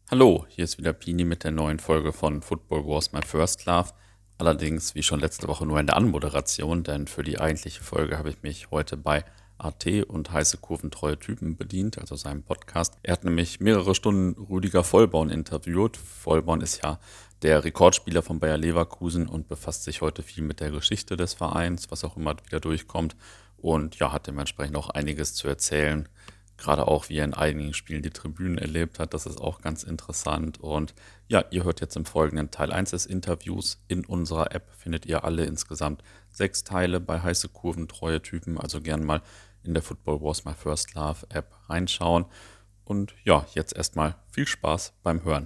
Hallo, hier ist wieder Pini mit der neuen Folge von Football Wars My First Love. Allerdings, wie schon letzte Woche, nur in der Anmoderation, denn für die eigentliche Folge habe ich mich heute bei AT und heiße kurventreue Typen bedient, also seinem Podcast. Er hat nämlich mehrere Stunden Rüdiger Vollborn interviewt. Vollborn ist ja der Rekordspieler von Bayer Leverkusen und befasst sich heute viel mit der Geschichte des Vereins, was auch immer wieder durchkommt. Und ja, hat dementsprechend auch einiges zu erzählen. Gerade auch, wie er in einigen Spielen die Tribünen erlebt hat, das ist auch ganz interessant. Und ja, ihr hört jetzt im Folgenden Teil 1 des Interviews. In unserer App findet ihr alle insgesamt 6 Teile bei heiße Kurven, treue Typen. Also gern mal in der Football Wars My First Love App reinschauen. Und ja, jetzt erstmal viel Spaß beim Hören.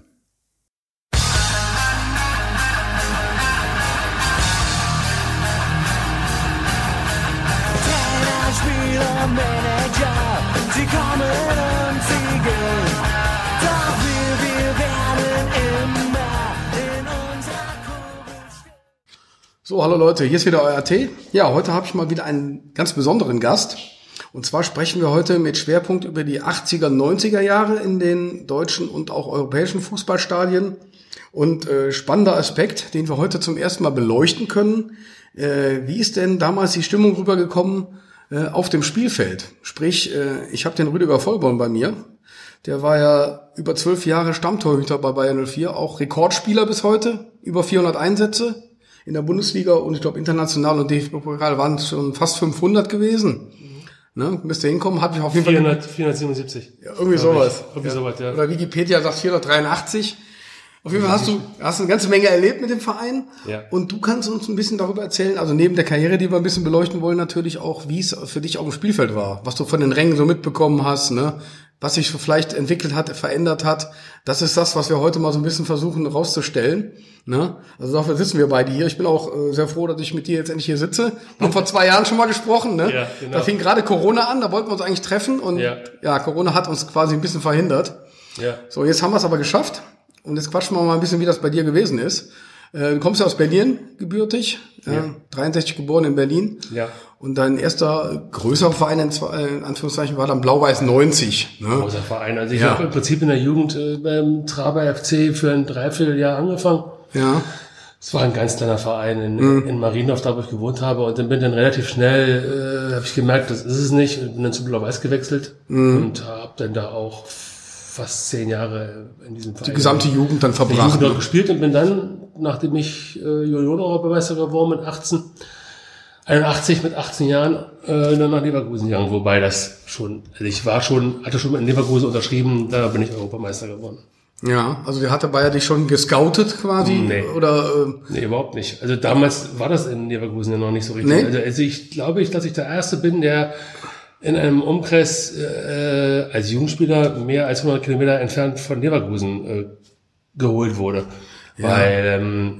Sie kommen und sie gehen, doch wir werden immer in unserer Kurve stehen. So, hallo Leute, hier ist wieder euer AT. Ja, heute habe ich mal wieder einen ganz besonderen Gast. Und zwar sprechen wir heute mit Schwerpunkt über die 80er, 90er Jahre in den deutschen und auch europäischen Fußballstadien. Und spannender Aspekt, den wir heute zum ersten Mal beleuchten können. Wie ist denn damals die Stimmung rübergekommen auf dem Spielfeld? Sprich, ich habe den Rüdiger Vollborn bei mir. Der war ja über 12 Jahre Stammtorhüter bei Bayer 04, auch Rekordspieler bis heute, über 400 Einsätze in der Bundesliga und ich glaube international und DFB-Pokal waren es schon fast 500 gewesen. Ne, müsste hinkommen, habe ich auf jeden 477. Ja, irgendwie sowas. Sowas, ja. Oder Wikipedia sagt 483. Auf jeden Fall hast du eine ganze Menge erlebt mit dem Verein. Ja. Und du kannst uns ein bisschen darüber erzählen, also neben der Karriere, die wir ein bisschen beleuchten wollen, natürlich auch, wie es für dich auf dem Spielfeld war, was du von den Rängen so mitbekommen hast, ne, was sich so vielleicht entwickelt hat, verändert hat. Das ist das, was wir heute mal so ein bisschen versuchen rauszustellen, ne. Also dafür sitzen wir beide hier. Ich bin auch sehr froh, dass ich mit dir jetzt endlich hier sitze. Wir haben vor 2 Jahren schon mal gesprochen, ne. Ja, genau. Da fing gerade Corona an, da wollten wir uns eigentlich treffen und ja, Corona hat uns quasi ein bisschen verhindert. Ja. So, jetzt haben wir es aber geschafft. Und jetzt quatschen wir mal ein bisschen, wie das bei dir gewesen ist. Du kommst ja aus Berlin, gebürtig, 63 geboren in Berlin. Ja. Und dein erster größerer Verein, in Anführungszeichen, war dann Blau-Weiß 90. Ne? Großer Verein. Also ich habe im Prinzip in der Jugend beim Traber FC für ein Dreivierteljahr angefangen. Ja. Es war ein ganz kleiner Verein in Mariendorf, da wo ich gewohnt habe. Und dann bin dann relativ schnell, habe ich gemerkt, das ist es nicht. Und bin dann zu Blau-Weiß gewechselt und habe dann da auch fast 10 Jahre in diesem Verein. Die gesamte Jugend dann verbracht. Die Jugend dort gespielt und bin dann, nachdem ich Junioren-Europameister geworden mit 81 mit 18 Jahren, dann nach Leverkusen gegangen. Wobei das schon, also ich hatte schon in Leverkusen unterschrieben, da bin ich Europameister geworden. Ja, also der hatte Bayer dich schon gescoutet quasi? Nee. Oder, Nee, überhaupt nicht. Also damals war das in Leverkusen ja noch nicht so richtig. Nee? Also ich glaube, dass ich der Erste bin, der in einem Umkreis als Jugendspieler mehr als 100 Kilometer entfernt von Leverkusen geholt wurde. Ja. Weil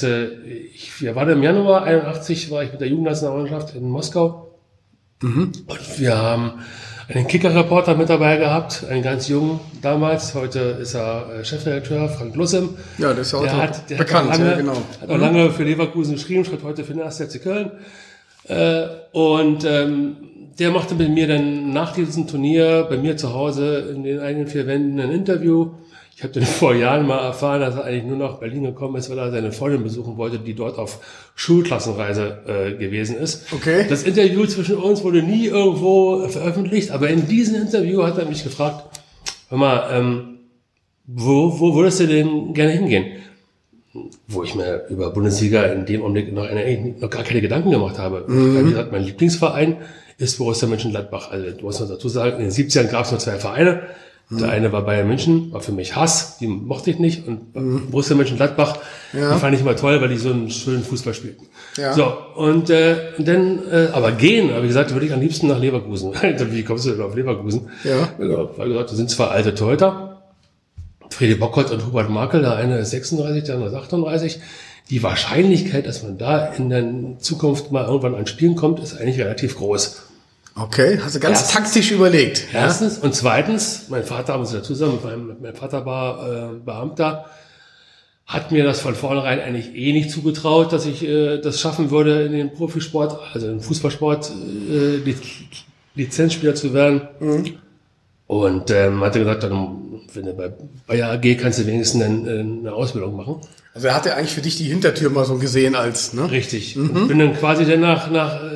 wir waren im Januar 81, war ich mit der Jugendnationalmannschaft in Moskau. Und wir haben einen Kicker-Reporter mit dabei gehabt, einen ganz jungen damals. Heute ist er Chefredakteur, Frank Lussim. ja, das ist ja auch bekannt. Hat auch lange für Leverkusen geschrieben, schreibt heute für den 1. FC Köln. Der machte mit mir dann nach diesem Turnier bei mir zu Hause in den eigenen 4 Wänden ein Interview. Ich habe dann vor Jahren mal erfahren, dass er eigentlich nur nach Berlin gekommen ist, weil er seine Freundin besuchen wollte, die dort auf Schulklassenreise gewesen ist. Okay. Das Interview zwischen uns wurde nie irgendwo veröffentlicht, aber in diesem Interview hat er mich gefragt, hör mal, wo würdest du denn gerne hingehen? Wo ich mir über Bundesliga in dem Augenblick noch gar keine Gedanken gemacht habe. Wie gesagt, mein Lieblingsverein ist Borussia Mönchengladbach. Also muss man dazu sagen, in den 70ern gab es nur 2 Vereine. Der eine war Bayern München, war für mich Hass, die mochte ich nicht. Und Borussia Mönchengladbach, die fand ich immer toll, weil die so einen schönen Fußball spielten. Ja. So, und dann, aber gehen, habe ich gesagt, würde ich am liebsten nach Leverkusen. Wie kommst du denn auf Leverkusen? Ja. Weil gesagt, das sind 2 alte Torhüter, Fredi Bockert und Hubert Markel, der eine ist 36, der andere ist 38. Die Wahrscheinlichkeit, dass man da in der Zukunft mal irgendwann an Spielen kommt, ist eigentlich relativ groß. Okay, hast du ganz taktisch überlegt. Erstens. Und zweitens, mein Vater, muss ich dazu sagen, mein Vater war Beamter, hat mir das von vornherein eigentlich nicht zugetraut, dass ich das schaffen würde, in den Profisport, also im Fußballsport, Lizenzspieler zu werden. Und hat er gesagt, dann, wenn du bei Bayer AG kannst du wenigstens eine Ausbildung machen. Also er hatte eigentlich für dich die Hintertür mal so gesehen als, ne? Richtig. Und bin dann quasi danach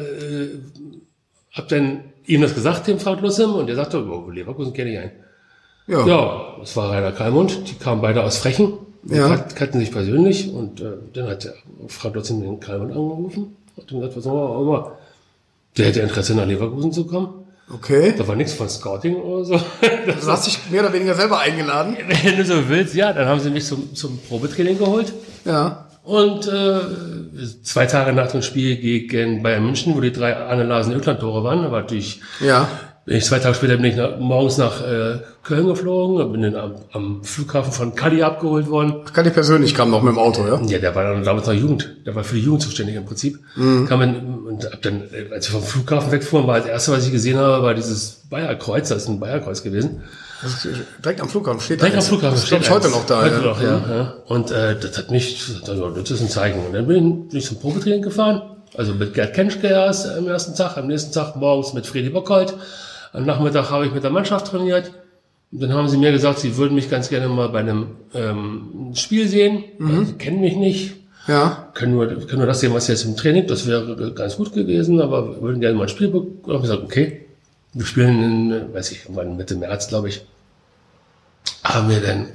hab dann ihm das gesagt, dem Frank Lussem, und der sagte, oh, Leverkusen kenne ich einen. Ja, das war Rainer Kallmund, die kamen beide aus Frechen, kannten sich persönlich, und dann hat der Frank Lussem den Kallmund angerufen, hat ihm gesagt, was machen wir, der hätte Interesse nach Leverkusen zu kommen. Okay. Da war nichts von Scouting oder so. Du hast dich mehr oder weniger selber eingeladen. Wenn du so willst, ja, dann haben sie mich zum Probetraining geholt. Ja. Und 2 Tage nach dem Spiel gegen Bayern München, wo die 3 Arne Larsen-Ökland-Tore waren, aber natürlich, bin ich 2 Tage später bin ich morgens nach Köln geflogen, bin dann am Flughafen von Kalli abgeholt worden. Kalli persönlich kam noch mit dem Auto, ja? Ja, der war dann damals noch Jugend, der war für die Jugend zuständig im Prinzip. Kam und hab dann, als wir vom Flughafen wegfuhren, war das erste, was ich gesehen habe, war dieses Bayerkreuz, das ist ein Bayerkreuz gewesen. Das ist direkt am Flughafen steht direkt am Flughafen das steht heute noch da. Heute noch, ja. Und das hat mich, das ist ein Zeichen. Und dann bin ich zum Probetraining gefahren, also mit Gerd Kenschke erst am ersten Tag, am nächsten Tag morgens mit Fredi Bockholt. Am Nachmittag habe ich mit der Mannschaft trainiert. Und dann haben sie mir gesagt, sie würden mich ganz gerne mal bei einem Spiel sehen. Also, sie kennen mich nicht. Ja. Können nur das sehen, was jetzt im Training, das wäre ganz gut gewesen, aber würden gerne mal ein Spiel bekommen. Ich habe gesagt, okay, wir spielen in, weiß ich, irgendwann Mitte März, glaube ich. Haben wir dann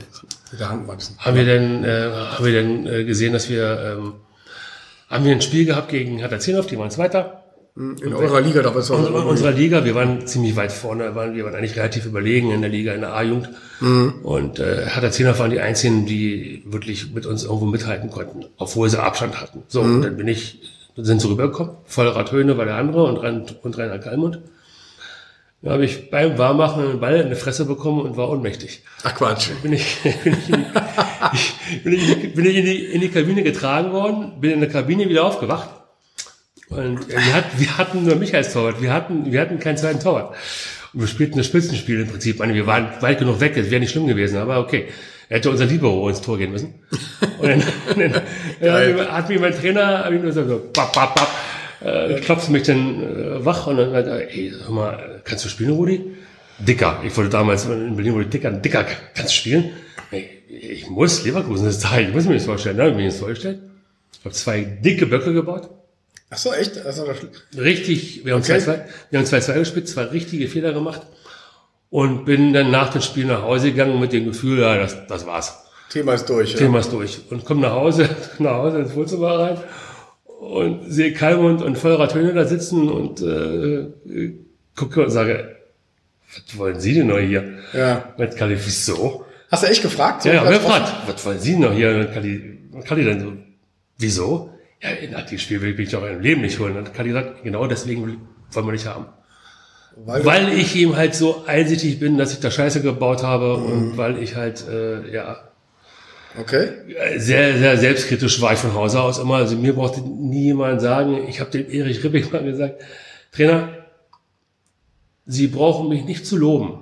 gesehen, dass wir haben wir ein Spiel gehabt gegen Hertha Zehnhoff, die waren Zweiter. In eurer Liga, da was in unserer Liga, wir waren ziemlich weit vorne, wir waren eigentlich relativ überlegen in der Liga, in der A-Jugend. Und Hertha Zehnhoff waren die einzigen, die wirklich mit uns irgendwo mithalten konnten, obwohl sie Abstand hatten. So, und dann sind sie rübergekommen. Vollrad Höhne war der andere und Rainer Kallmund. Da habe ich beim Warmmachen einen Ball in die Fresse bekommen und war ohnmächtig. Ach Quatsch. Bin ich in die Kabine getragen worden, bin in der Kabine wieder aufgewacht. Und wir hatten nur mich als Torwart. Wir hatten keinen zweiten Torwart. Und wir spielten das Spitzenspiel im Prinzip. Wir waren weit genug weg, es wäre nicht schlimm gewesen, aber okay. Er hätte unser Libero ins Tor gehen müssen. Und dann hat mir mein Trainer, hab ich nur so, klopft mich dann wach und dann sagt er, ey, hör mal, kannst du spielen, Rudi? Dicker. Ich wollte damals in Berlin, wurde Dicker, kannst du spielen? Ey, ich muss, Leverkusen ist da, ich muss mir das vorstellen, ne? Ich mir das vorgestellt. Ich habe 2 dicke Böcke gebaut. Ach so, echt? Also, richtig, wir haben 2-2 gespielt, 2 richtige Fehler gemacht und bin dann nach dem Spiel nach Hause gegangen mit dem Gefühl, ja, das war's. Thema ist durch. Thema ist durch. Und komme nach Hause ins Wohnzimmer rein und sehe Kallmund und Vollrad Höhne da sitzen und gucke und sage, was wollen Sie denn noch hier? Ja. Und Kalli, wieso? Hast du echt gefragt? So Ja, wer fragt, was wollen Sie denn noch hier? Und Kalli dann so, wieso? Ja, in das Spiel will ich doch im Leben nicht holen. Und Kalli sagt, genau deswegen wollen wir nicht haben. Weil ich ihm halt so einsichtig bin, dass ich da Scheiße gebaut habe und weil ich halt, Okay. sehr, sehr selbstkritisch war ich von Hause aus immer. Also mir brauchte nie jemand sagen, ich habe dem Erich Rippig mal gesagt, Trainer, Sie brauchen mich nicht zu loben.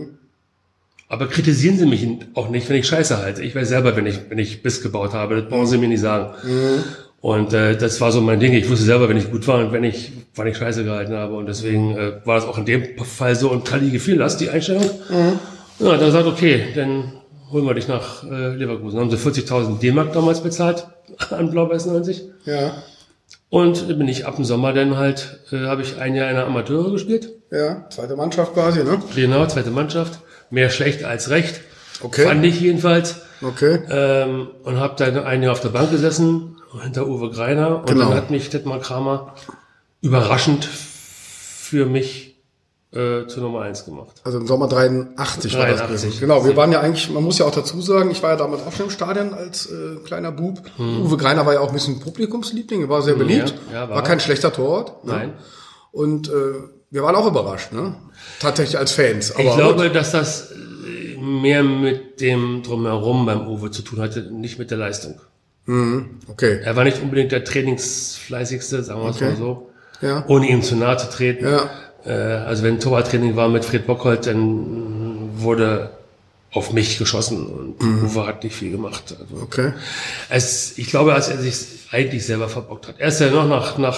Aber kritisieren Sie mich auch nicht, wenn ich Scheiße halte. Ich weiß selber, wenn ich Biss gebaut habe, das brauchen Sie mir nicht sagen. Und das war so mein Ding. Ich wusste selber, wenn ich gut war und wann ich Scheiße gehalten habe. Und deswegen war das auch in dem Fall so. Und Kalli gefiel das, die Einstellung. Ja, dann sagt, okay, dann holen wir dich nach Leverkusen. Dann haben sie 40.000 D-Mark damals bezahlt an Blau-Weiß 90. Ja. Und bin ich ab dem Sommer dann halt, habe ich ein Jahr in der Amateure gespielt. Ja, zweite Mannschaft quasi, ne? Genau, zweite Mannschaft. Mehr schlecht als recht. Okay. Fand ich jedenfalls. Okay. Und habe dann ein Jahr auf der Bank gesessen, hinter Uwe Greiner. Und Genau. dann hat mich Dietmar Kramer überraschend für mich zur Nummer 1 gemacht. Also im Sommer 83 war das 83. gewesen. Genau, wir waren ja eigentlich, man muss ja auch dazu sagen, ich war ja damals auch schon im Stadion als kleiner Bub. Uwe Greiner war ja auch ein bisschen Publikumsliebling, war sehr beliebt. Ja, war kein schlechter Torwart. Ne? Nein. Und wir waren auch überrascht, ne? Tatsächlich als Fans. Aber Ich glaube, dass das mehr mit dem Drumherum beim Uwe zu tun hatte, nicht mit der Leistung. okay. Er war nicht unbedingt der trainingsfleißigste, sagen wir es mal so, Ja. ohne ihm zu nahe zu treten. Ja. Also wenn Torwarttraining war mit Fred Bockholt, dann wurde auf mich geschossen und Uwe hat nicht viel gemacht. Also Okay. ich glaube, als er sich eigentlich selber verbockt hat. Er ist ja noch nach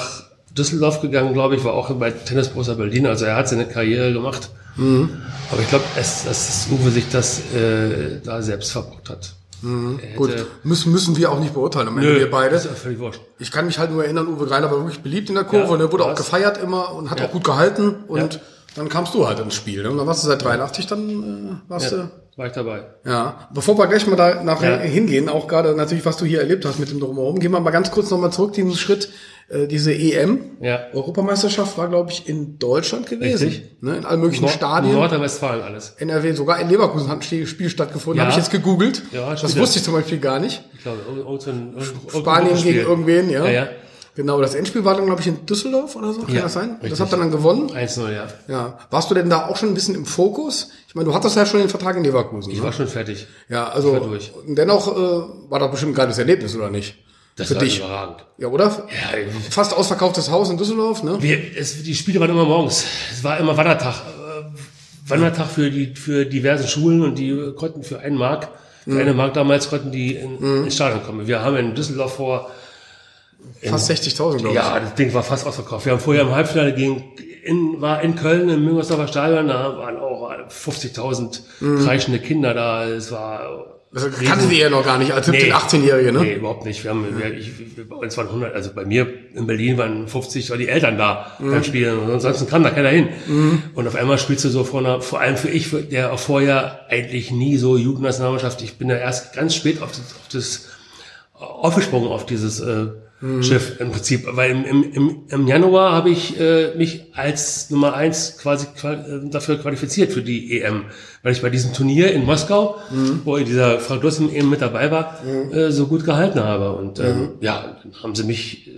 Düsseldorf gegangen, glaube ich, war auch bei Tennis Borussia Berlin. Also er hat seine Karriere gemacht. Aber ich glaube, dass Uwe sich das da selbst verbockt hat. Gut, müssen wir auch nicht beurteilen, am Ende wir beide. Das ist ja völlig wurscht. Ich kann mich halt nur erinnern, Uwe Greiner war wirklich beliebt in der Kurve Ja, und er wurde auch war's. gefeiert immer und hat auch gut gehalten und dann kamst du halt ins Spiel. Ne? Und dann warst du seit 83, dann warst du... War ich dabei. Ja, bevor wir gleich mal da nachher hingehen, auch gerade natürlich, was du hier erlebt hast mit dem Drumherum, gehen wir mal ganz kurz nochmal zurück, diesen Schritt, diese EM, Europameisterschaft war, glaube ich, in Deutschland gewesen. Richtig. Ne, in allen möglichen Stadien. Nordrhein-Westfalen alles. NRW, sogar in Leverkusen hat ein Spiel stattgefunden, Ja. habe ich jetzt gegoogelt. Ja, das wusste ich zum Beispiel gar nicht. Ich glaube, Spanien gegen irgendwen, ja. Ja. Genau, das Endspiel war dann, glaube ich, in Düsseldorf oder so, kann das sein? Richtig. Das habt ihr dann gewonnen. 1-0, ja. Ja. Warst du denn da auch schon ein bisschen im Fokus? Ich meine, du hattest ja schon den Vertrag in Leverkusen. Ich war schon fertig. Ja, also war durch. dennoch war das bestimmt ein geiles Erlebnis, oder nicht? Das Für war dich. überragend. Ja, oder? Ja, Fast ausverkauftes Haus in Düsseldorf, ne? die Spiele waren immer morgens. Es war immer Wandertag. Wandertag für diversen Schulen und die konnten für einen Mark, für eine Mark damals konnten die ins Stadion kommen. Wir haben in Düsseldorf Fast 60.000, glaube ich. ja, das Ding war fast ausverkauft. Wir haben vorher im Halbfinale war in Köln im Müngersdorfer Stadion, da waren auch 50.000 kreischende Kinder da. Es war Das kannten die ja noch gar nicht als 17-, 18-Jährige, ne? Nee, überhaupt nicht. Bei uns waren 100, also bei mir in Berlin waren 50, waren die Eltern da beim Spielen und ansonsten kam da keiner hin. Und auf einmal spielst du so vor allem für ich, der auch vorher eigentlich nie so Jugendnationalmannschaft, ich bin da erst ganz spät auf das aufgesprungen auf dieses Schiff im Prinzip, weil im Januar habe ich mich als Nummer 1 quasi dafür qualifiziert für die EM, weil ich bei diesem Turnier in Moskau, wo dieser Frank Dussen eben mit dabei war, so gut gehalten habe. Und ja, dann haben sie mich,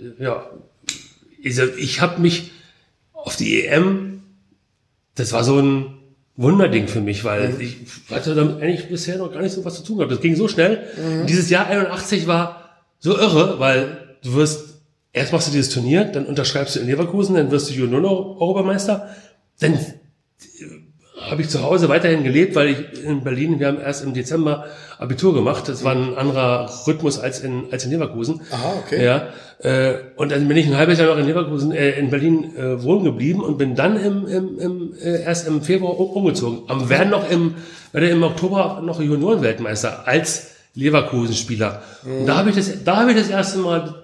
ich habe mich auf die EM, das war so ein Wunderding für mich, weil ich hatte damit eigentlich bisher noch gar nicht so was zu tun gehabt. Das ging so schnell. Dieses Jahr 81 war so irre, weil erst machst du dieses Turnier, dann unterschreibst du in Leverkusen, dann wirst du Junioren-Europameister. Dann habe ich zu Hause weiterhin gelebt, weil ich in Berlin, wir haben erst im Dezember Abitur gemacht. Das war ein anderer Rhythmus als in Leverkusen. Aha, okay. Ja, und dann bin ich ein halbes Jahr noch in Berlin wohnen geblieben und bin dann erst im Februar umgezogen. Aber werde im Oktober noch Juniorenweltmeister als Leverkusen-Spieler. Und da habe ich das erste Mal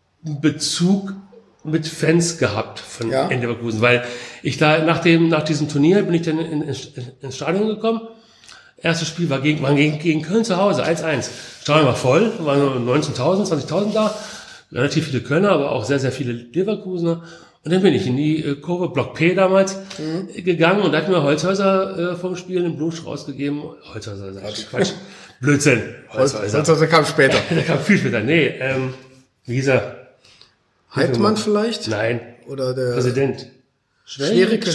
Bezug mit Fans gehabt in Leverkusen, weil ich da nach diesem Turnier bin ich dann ins Stadion gekommen. Erstes Spiel war gegen Köln zu Hause, 1-1. Stadion war voll, waren nur 19.000, 20.000 da, relativ viele Kölner, aber auch sehr, sehr viele Leverkusener. Und dann bin ich in die Kurve, Block P damals, gegangen und da hat mir Holzhäuser vom Spiel einen Blumenstrauß gegeben. Holzhäuser, Quatsch, Blödsinn. Holzhäuser kam später. Der kam viel später. Nee, wie hieß er? Heidmann vielleicht? Nein. Oder der Präsident. Schwericke.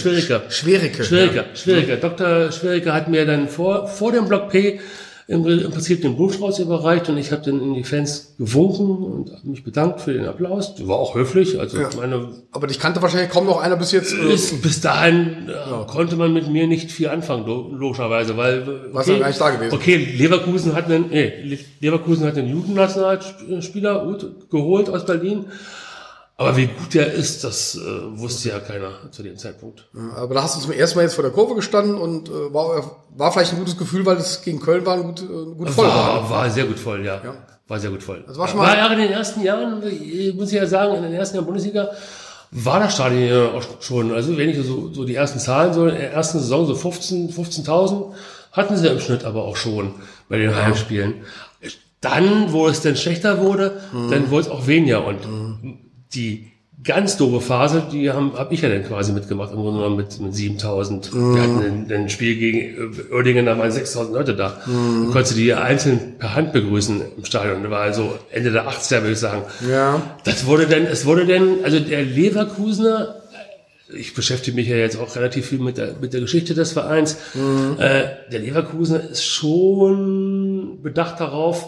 Schwericke. Dr. Schwericke hat mir dann vor dem Block P im Prinzip den Blumenstrauß überreicht und ich habe dann in die Fans gewunken und habe mich bedankt für den Applaus. War auch höflich. Also aber dich kannte wahrscheinlich kaum noch einer bis jetzt. Bis dahin konnte man mit mir nicht viel anfangen, logischerweise, weil warst ja gar nicht da gewesen. Okay, Leverkusen hat einen Jugendnationalspieler geholt aus Berlin. Aber wie gut der ist, das wusste ja keiner zu dem Zeitpunkt. Aber da hast du zum ersten Mal jetzt vor der Kurve gestanden und war vielleicht ein gutes Gefühl, weil es gegen Köln war gut voll. War sehr gut voll, ja. War sehr gut voll. Das war schon mal. War ja in den ersten Jahren, muss ich ja sagen, in den ersten Jahren Bundesliga war das Stadion ja auch schon, also wenn ich so die ersten Zahlen, so in der ersten Saison so 15.000 hatten sie im Schnitt aber auch schon bei den Heimspielen. Dann, wo es dann schlechter wurde, dann wurde es auch weniger und die ganz doofe Phase, die hab ich ja dann quasi mitgemacht, im Grunde genommen mit 7.000. Wir hatten ein Spiel gegen Uerdingen, da waren 6.000 Leute da. Du konntest die einzeln per Hand begrüßen im Stadion. Das war also Ende der 80er, würde ich sagen. Ja. Es wurde dann, also der Leverkusener, ich beschäftige mich ja jetzt auch relativ viel mit der Geschichte des Vereins, der Leverkusener ist schon bedacht darauf,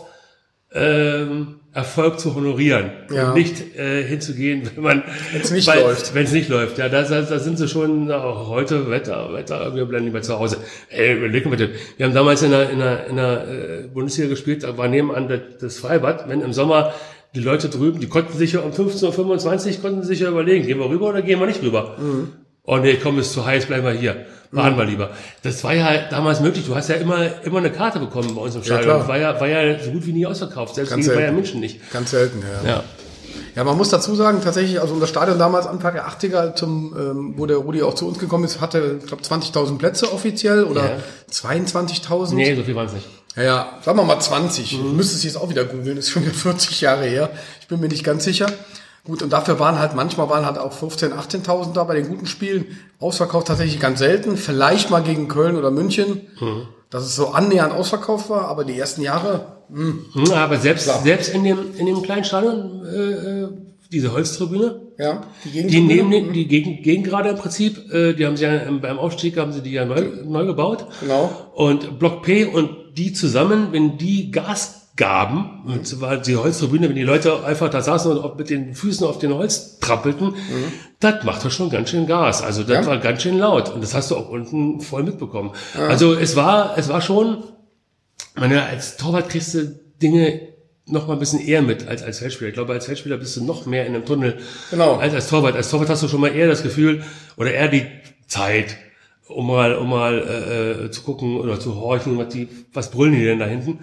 Erfolg zu honorieren und nicht hinzugehen, wenn es nicht läuft. Ja, da sind sie schon heute Wetter, wir bleiben lieber zu Hause. Wir haben damals in der Bundesliga gespielt, da war nebenan das Freibad, wenn im Sommer die Leute drüben, die konnten sich ja um 15:25 Uhr konnten sich ja überlegen, gehen wir rüber oder gehen wir nicht rüber? Oh nee, komm, ist zu heiß, bleiben wir hier. Warten wir lieber. Das war ja damals möglich. Du hast ja immer eine Karte bekommen bei uns im Stadion. klar. War ja so gut wie nie ausverkauft, selbst Ganz gegen selten. Bayern München nicht. Ganz selten, ja. Ja, man muss dazu sagen, tatsächlich, also unser Stadion damals Anfang der 80er, wo der Rudi auch zu uns gekommen ist, hatte, ich glaube, 20.000 Plätze offiziell oder Ja. 22.000. Nee, so viel waren es nicht. Ja, sagen wir mal 20. Du müsstest jetzt auch wieder googeln, ist schon wieder 40 Jahre her. Ich bin mir nicht ganz sicher. Gut, und dafür manchmal waren halt auch 15.000, 18.000 da bei den guten Spielen. Ausverkauft tatsächlich ganz selten. Vielleicht mal gegen Köln oder München, dass es so annähernd ausverkauft war, aber die ersten Jahre, Aber selbst in dem kleinen Stadion, diese Holztribüne, ja, die Gegengrade im Prinzip, die haben sie ja beim Aufstieg haben sie die ja neu gebaut. Genau. Und Block P und die zusammen, wenn die Gas gaben, und so war die Holztribüne, wenn die Leute einfach da saßen und mit den Füßen auf den Holz trampelten, das macht doch schon ganz schön Gas. Also das war ganz schön laut. Und das hast du auch unten voll mitbekommen. Also es war schon, als Torwart kriegst du Dinge noch mal ein bisschen eher mit als Feldspieler. Ich glaube, als Feldspieler bist du noch mehr in einem Tunnel als Torwart. Als Torwart hast du schon mal eher das Gefühl oder eher die Zeit, um mal zu gucken oder zu horchen, was brüllen die denn da hinten.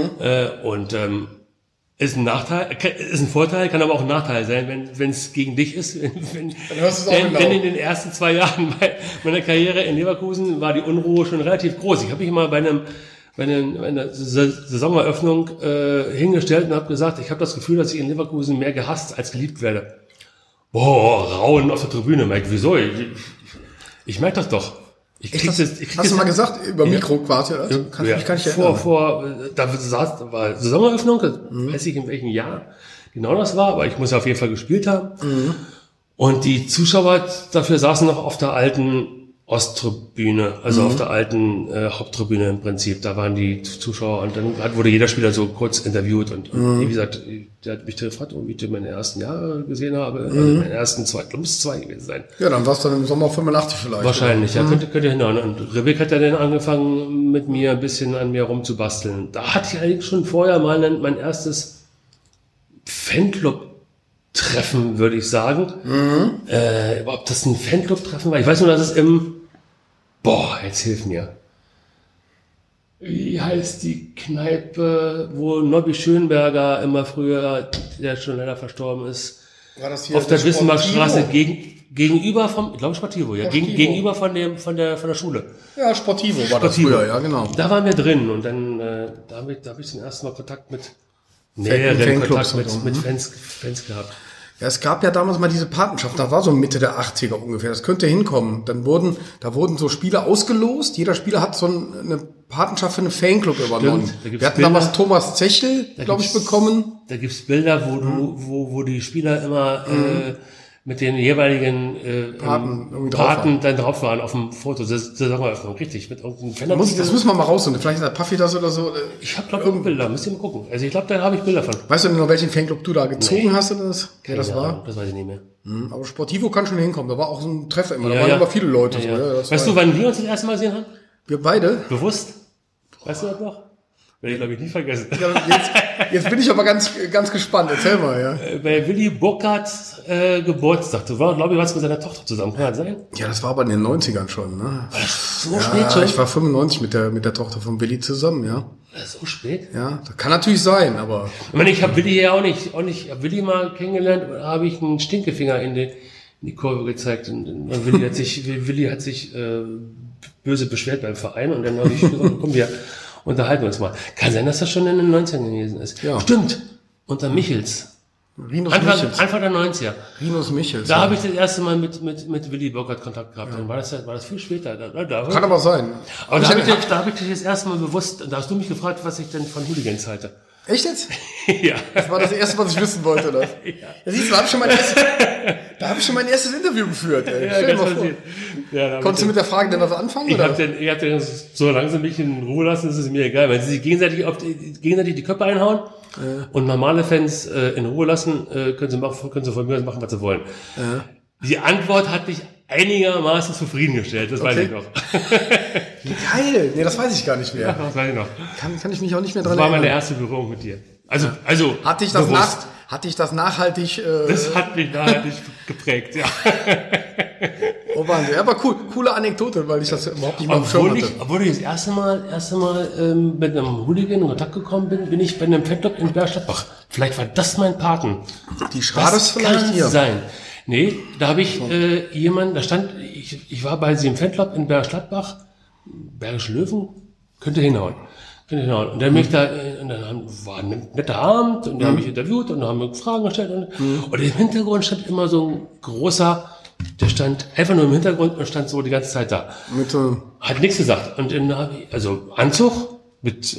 Ist ein Nachteil, ist ein Vorteil, kann aber auch ein Nachteil sein, wenn es gegen dich ist. Wenn in den ersten 2 Jahren meiner Karriere in Leverkusen war die Unruhe schon relativ groß. Ich habe mich mal bei einer Saisoneröffnung hingestellt und habe gesagt, ich habe das Gefühl, dass ich in Leverkusen mehr gehasst als geliebt werde. Boah, Rauen auf der Tribüne, Mike, wieso? Ich merke das doch. Hast du mal gesagt, über Mikro quasi, oder? Kann ich mich gar nicht erinnern. Da war Saisoneröffnung, weiß ich in welchem Jahr genau das war, aber ich muss ja auf jeden Fall gespielt haben. Und die Zuschauer dafür saßen noch auf der alten Osttribüne, also auf der alten Haupttribüne im Prinzip. Da waren die Zuschauer und dann wurde jeder Spieler so kurz interviewt und wie gesagt, der hat mich gefragt, wie ich den meine ersten Jahre gesehen habe. Also in den ersten 2 gewesen sein. Ja, dann war es dann im Sommer 85 vielleicht. Wahrscheinlich, ja, könnte hinhauen. Und Ribbeck hat ja dann angefangen, mit mir ein bisschen an mir rumzubasteln. Da hatte ich allerdings schon vorher mal mein erstes Fanclub-Treffen, würde ich sagen. Ob das ein Fanclub-Treffen war? Ich weiß nur, dass es jetzt hilf mir. Wie heißt die Kneipe, wo Nobby Schönberger immer früher, der schon leider verstorben ist, War das hier auf der das Bismarckstraße Sportivo? gegenüber vom, ich glaube Sportivo, ja, gegenüber von der Schule. Ja, Sportivo war das früher, ja, genau. Da waren wir drin und dann, da hab ich zum ersten Mal Kontakt mit näheren Kontakt mit Fans gehabt. Ja, es gab ja damals mal diese Patenschaft, da war so Mitte der 80er ungefähr, das könnte hinkommen. Da wurden so Spieler ausgelost, jeder Spieler hat so eine Patenschaft für einen Fanclub übernommen. Wir hatten damals Thomas Zechel, glaube ich, bekommen. Da gibt's Bilder, wo die Spieler immer mit den jeweiligen Paten dann drauf waren auf dem Foto. Saisoneröffnung, richtig. Mit irgendeinem Fan. Das müssen wir mal rausholen, vielleicht ist der Puffy das oder so. Ich habe, glaube ich, Bilder, müsst ihr mal gucken. Also ich glaube, da habe ich Bilder von. Weißt du denn noch, welchen Fanclub du da gezogen hast? Oder das? Ja, das Keine war? Ahnung, das weiß ich nicht mehr. Aber Sportivo kann schon hinkommen, da war auch so ein Treffer immer, da waren immer viele Leute. Ja. So, ja, das weißt du, wann wir uns das erste Mal gesehen haben? wir beide? Bewusst? Weißt du das noch? Werde ich, glaube ich, nie vergessen. Ja, jetzt bin ich aber ganz gespannt, erzähl mal, ja. Bei Willy Burkhardts Geburtstag. Du war, glaube ich, warst mit seiner Tochter zusammen. Kann das sein? Ja, das war aber in den 90ern schon, ne? So spät schon? Ich war 95 mit der Tochter von Willi zusammen, ja. So spät? Ja, das kann natürlich sein, aber... Ich meine, ich habe Willi ja auch nicht, ich habe Willi mal kennengelernt, da habe ich einen Stinkefinger in die Kurve gezeigt und Willi hat sich böse beschwert beim Verein und dann habe ich gesagt, komm, wir unterhalten uns mal. Kann sein, dass das schon in den 90ern gewesen ist. Ja. Stimmt. Unter Michels. Michels. Anfang der 90er. Rinus Michels. Da habe ich das erste Mal mit Willy Burkhardt Kontakt gehabt. Dann war das viel später. Kann aber sein. Aber da habe ich dich das erste Mal bewusst, da hast du mich gefragt, was ich denn von Hooligans halte. Echt jetzt? Ja. Das war das Erste, was ich wissen wollte, oder? Ja, siehst du, da habe ich schon mein erstes Interview geführt, ey. Ja, Stell dir mal ganz vor. Ja, Konntest du mit der Frage denn was anfangen, oder? Ich hab den so langsam mich in Ruhe lassen, ist es mir egal. Wenn sie sich gegenseitig die Köpfe einhauen und normale Fans in Ruhe lassen, können sie von mir aus machen, was sie wollen. Die Antwort hat mich einigermaßen zufriedengestellt, das weiß ich noch. Geil! Nee, das weiß ich gar nicht mehr. Das weiß ich noch. Kann ich mich auch nicht mehr Das dran war erinnern. meine erste Berührung mit dir. Also Hat dich das Hat dich das nachhaltig... Das hat mich nachhaltig geprägt, ja. Oh Wahnsinn. Ja, aber cool, coole Anekdote, weil ich das überhaupt nicht mal auf dem Schirm hatte. Obwohl ich das erste Mal mit einem Hooligan in Kontakt gekommen bin ich bei einem Fanclub in Bergstadtbach. Vielleicht war das mein Paten. Die Schrades vielleicht kann hier. sein. Nee, da habe ich jemanden, da stand, ich war bei diesem Fanclub in Bergstadtbach, Bergische Löwen, könnte hinhauen. Und dann bin ich da, und dann war ein netter Abend, und dann haben mich interviewt, und dann haben wir Fragen gestellt, und im Hintergrund stand immer so ein großer, der stand einfach nur im Hintergrund und stand so die ganze Zeit da. Hat nichts gesagt. Und dann habe ich, also Anzug, mit,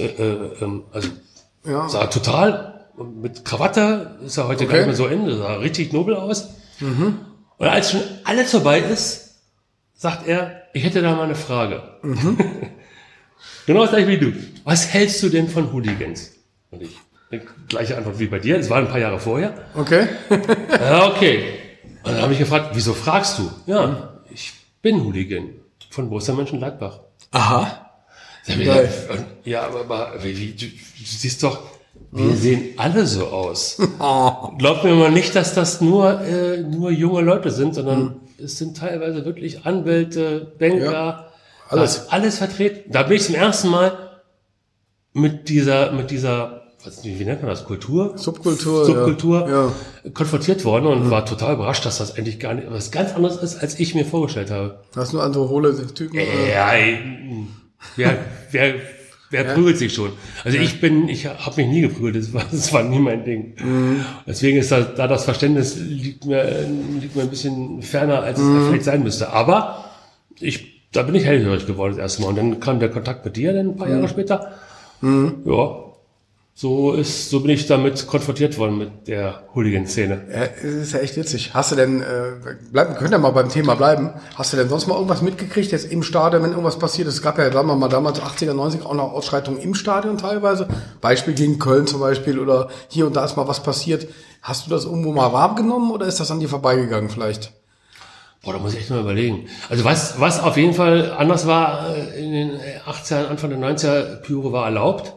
sah total, mit Krawatte, ist ja heute gar nicht mehr so in, sah richtig nobel aus. Und als schon alles vorbei ist, sagt er, ich hätte da mal eine Frage. Genau das gleiche wie du. Was hältst du denn von Hooligans? Und ich, die gleiche Antwort wie bei dir, es war ein paar Jahre vorher. Okay. Ja, okay. Und dann habe ich gefragt, wieso fragst du? Ja, ich bin Hooligan von Borussia Mönchengladbach. Aha. Ja, aber du siehst doch, wir sehen alle so aus. Glaub mir mal nicht, dass das nur junge Leute sind, sondern es sind teilweise wirklich Anwälte, Banker, alles vertreten. Da bin ich zum ersten Mal mit dieser, wie nennt man das, Subkultur konfrontiert worden und war total überrascht, dass das eigentlich gar nicht was ganz anderes ist, als ich mir vorgestellt habe. Hast du nur andere hohle Typen? Wer prügelt sich schon? Also ich habe mich nie geprügelt, das war nie mein Ding. Deswegen ist da das Verständnis liegt mir ein bisschen ferner, als es vielleicht sein müsste. Aber da bin ich hellhörig geworden das erste Mal. Und dann kam der Kontakt mit dir dann ein paar Jahre später. Ja, so bin ich damit konfrontiert worden mit der Hooligan-Szene. Ja, es ist ja echt witzig. Hast du denn, können ja mal beim Thema bleiben, hast du denn sonst mal irgendwas mitgekriegt, jetzt im Stadion, wenn irgendwas passiert ist? Es gab ja, sagen wir mal, damals 80er, 90er auch noch Ausschreitungen im Stadion teilweise. Beispiel gegen Köln zum Beispiel oder hier und da ist mal was passiert. Hast du das irgendwo mal wahrgenommen oder ist das an dir vorbeigegangen vielleicht? Boah, da muss ich echt mal überlegen. Also was auf jeden Fall anders war, in den 80ern, Anfang der 90er, Pyro war erlaubt.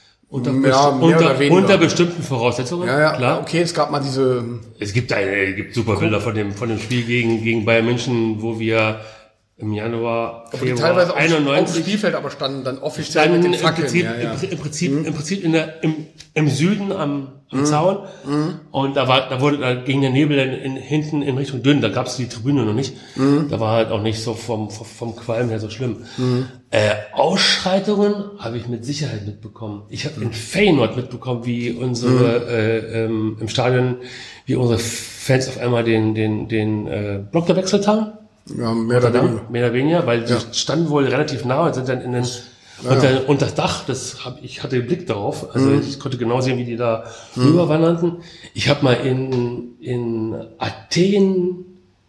Unter bestimmten Voraussetzungen. Ja, klar. Okay, es gab mal diese... Es gibt super Bilder von dem Spiel gegen Bayern München, wo wir im Januar, Februar teilweise 91 auf dem Spielfeld aber standen dann offiziell mit den Fackeln. Im Prinzip im Süden am Zaun. Und da ging der Nebel hinten in Richtung Dünn. Da gab es die Tribüne noch nicht. Da war halt auch nicht so vom Qualm her so schlimm. Ausschreitungen habe ich mit Sicherheit mitbekommen. Ich habe in Feyenoord mitbekommen, wie unsere im Stadion, wie unsere Fans auf einmal den Block gewechselt haben. Ja, mehr oder weniger, weil die standen wohl relativ nah und sind dann und das Dach, ich hatte den Blick darauf, also ich konnte genau sehen, wie die da rüberwanderten. Ich habe mal in Athen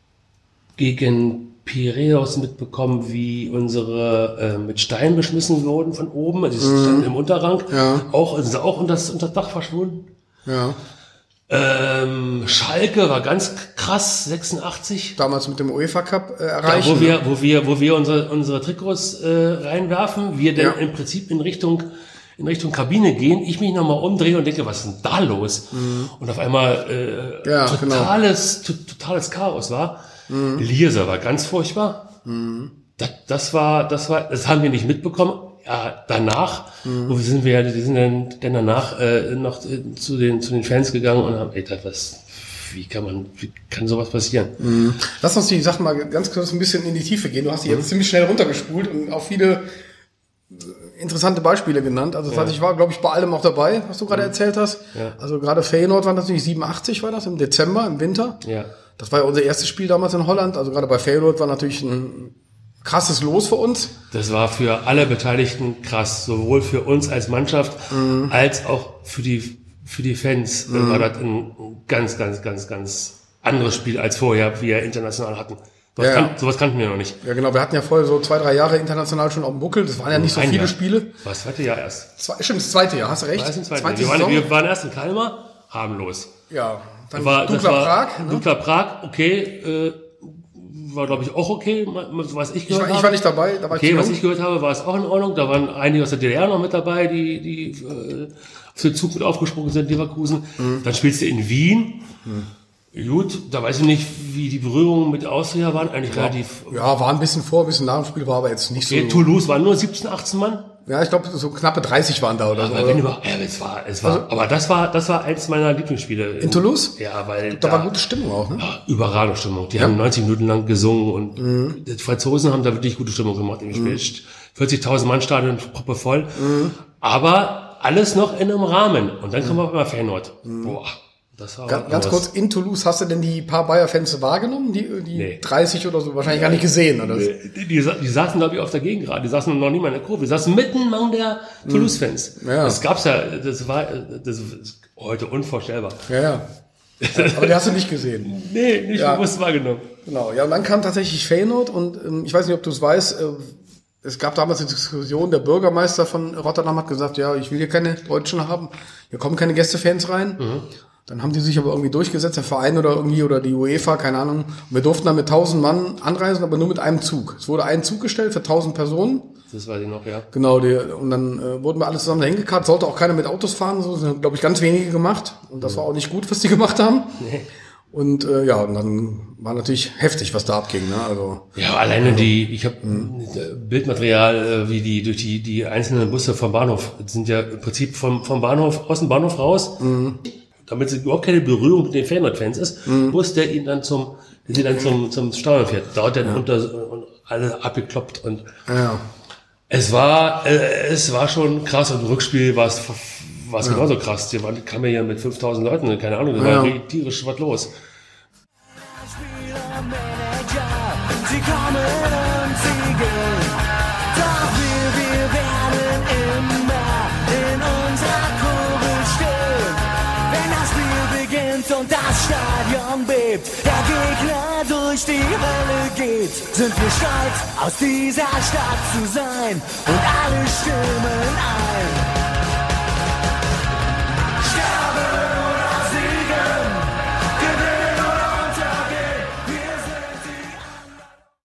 gegen Piräus mitbekommen, wie unsere mit Steinen beschmissen wurden von oben, also die standen im Unterrang, sind auch unter das Dach verschwunden. Ja. Schalke war ganz krass, 86. Damals mit dem UEFA Cup erreicht. Ja, wo wir unsere Trikots reinwerfen, wir dann im Prinzip in Richtung Kabine gehen, ich mich nochmal umdrehe und denke, was ist denn da los? Und auf einmal totales Chaos war. Lierse war ganz furchtbar. Das haben wir nicht mitbekommen. Ja, danach, die sind dann danach noch zu den Fans gegangen und haben, wie kann sowas passieren? Lass uns die Sachen mal ganz kurz ein bisschen in die Tiefe gehen. Du hast die jetzt ziemlich schnell runtergespult und auch viele interessante Beispiele genannt. Also das heißt, ich war, glaube ich, bei allem auch dabei, was du gerade erzählt hast. Ja. Also gerade Feyenoord war natürlich 87, war das, im Dezember, im Winter. Ja. Das war ja unser erstes Spiel damals in Holland. Also gerade bei Feyenoord war natürlich ein krasses Los für uns. Das war für alle Beteiligten krass, sowohl für uns als Mannschaft als auch für die Fans. War das ein ganz, ganz, ganz, ganz anderes Spiel als vorher, wie wir international hatten. Sowas kannten wir noch nicht. Ja, genau. Wir hatten ja vorher so 2-3 Jahre international schon auf dem Buckel. Das waren ja nicht so viele Spiele. War das zweite Jahr erst. Stimmt, das zweite Jahr, hast du recht. Wir waren erst in Kalmar, harmlos. Ja, dann Dukla Prag. Dukla Prag, okay, war, glaube ich, auch okay, was ich gehört habe. Ich war nicht dabei, da war okay, ich was ich gehört habe, war es auch in Ordnung. Da waren einige aus der DDR noch mit dabei, die auf den Zug mit aufgesprungen sind, Leverkusen. Dann spielst du in Wien. Gut, da weiß ich nicht, wie die Berührungen mit Austria waren. Eigentlich relativ... Ja, war ein bisschen vor, ein bisschen nach dem Spiel, war aber jetzt nicht so... Toulouse waren nur 17, 18 Mann. Ja, ich glaube, so knappe 30 waren da oder so. Aber es war, aber das war eins meiner Lieblingsspiele. In Toulouse? Ja, weil da war gute Stimmung auch, ne? Überragende Stimmung. Die haben 90 Minuten lang gesungen und die Franzosen haben da wirklich gute Stimmung gemacht im Spiel. 40.000 Mann Stadion, Gruppe voll. Aber alles noch in einem Rahmen. Und dann kommen wir auf einmal Feyenoord. Boah. Das war Ganz kurz, in Toulouse, hast du denn die paar Bayer-Fans wahrgenommen? Die Nee. 30 oder so? Wahrscheinlich gar nicht gesehen, oder? Die saßen, glaube ich, auf der Gegend gerade. Die saßen noch nie mal in der Kurve. Die saßen mitten among der Toulouse-Fans. Ja. Das gab's ja, das ist heute unvorstellbar. Ja. Aber die hast du nicht gesehen. Nee, nicht bewusst wahrgenommen. Genau, ja, und dann kam tatsächlich Feyenoord und ich weiß nicht, ob du es weißt, es gab damals eine Diskussion, der Bürgermeister von Rotterdam hat gesagt, ja, ich will hier keine Deutschen haben, hier kommen keine Gästefans rein. Dann haben die sich aber irgendwie durchgesetzt, der Verein oder die UEFA, keine Ahnung. Und wir durften dann mit 1000 Mann anreisen, aber nur mit einem Zug. Es wurde ein Zug gestellt für 1000 Personen. Das weiß ich noch, ja. Genau, und dann wurden wir alle zusammen dahin gekarrt. Sollte auch keiner mit Autos fahren, so sind, glaube ich, ganz wenige gemacht. Und das war auch nicht gut, was die gemacht haben. Nee. Und und dann war natürlich heftig, was da abging. Ne? Also Ja, alleine ich habe Bildmaterial, wie die durch die einzelnen Busse vom Bahnhof, sind ja im Prinzip vom Bahnhof, aus dem Bahnhof raus, damit es überhaupt keine Berührung mit den Feyenoord-Fans ist, Bus, der sie dann zum Stadion fährt. Dort dann und alle abgekloppt und es war schon krass und im Rückspiel war es genauso krass. Die kamen ja mit 5000 Leuten, keine Ahnung, da war tierisch was los. Sie kommen und sie gehen, doch wir werden immer in unserer Kurve stehen. Wenn das Spiel beginnt und das Stadion bebt, der Gegner durch die Hölle geht, sind wir stolz, aus dieser Stadt zu sein und alle stimmen ein.